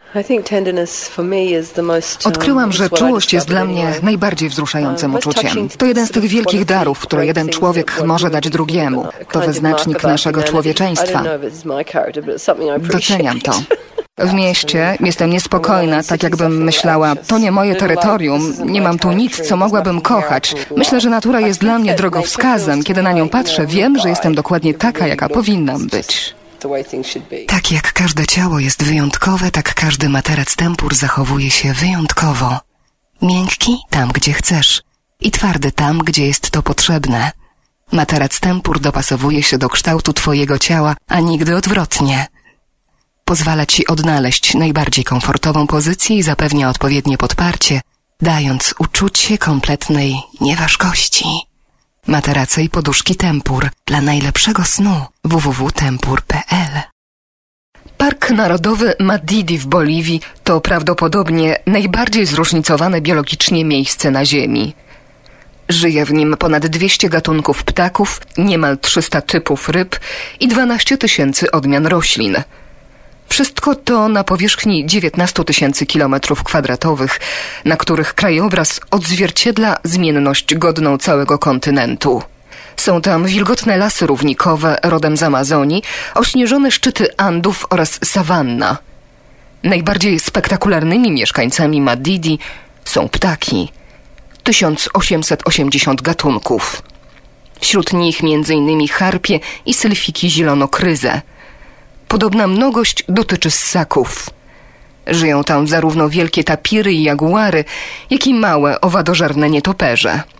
Odkryłam, że czułość jest dla mnie najbardziej wzruszającym uczuciem. To jeden z tych wielkich darów, które jeden człowiek może dać drugiemu. To wyznacznik naszego człowieczeństwa. Doceniam to. W mieście jestem niespokojna, tak jakbym myślała, to nie moje terytorium, nie mam tu nic, co mogłabym kochać. Myślę, że natura jest dla mnie drogowskazem. Kiedy na nią patrzę, wiem, że jestem dokładnie taka, jaka powinnam być. Tak jak każde ciało jest wyjątkowe, tak każdy materac Tempur zachowuje się wyjątkowo. Miękki tam, gdzie chcesz i twardy tam, gdzie jest to potrzebne. Materac Tempur dopasowuje się do kształtu twojego ciała, a nigdy odwrotnie. Pozwala ci odnaleźć najbardziej komfortową pozycję i zapewnia odpowiednie podparcie, dając uczucie kompletnej nieważkości. Materace i poduszki Tempur dla najlepszego snu. www.tempur.pl. Park Narodowy Madidi w Boliwii to prawdopodobnie najbardziej zróżnicowane biologicznie miejsce na Ziemi. Żyje w nim ponad 200 gatunków ptaków, niemal 300 typów ryb i 12 000 odmian roślin. Wszystko to na powierzchni 19 000 km², na których krajobraz odzwierciedla zmienność godną całego kontynentu. Są tam wilgotne lasy równikowe rodem z Amazonii, ośnieżone szczyty Andów oraz sawanna. Najbardziej spektakularnymi mieszkańcami Madidi są ptaki. 1880 gatunków. Wśród nich m.in. harpie i sylfiki zielonokryze. Podobna mnogość dotyczy ssaków. Żyją tam zarówno wielkie tapiry i jaguary, jak i małe owadożerne nietoperze.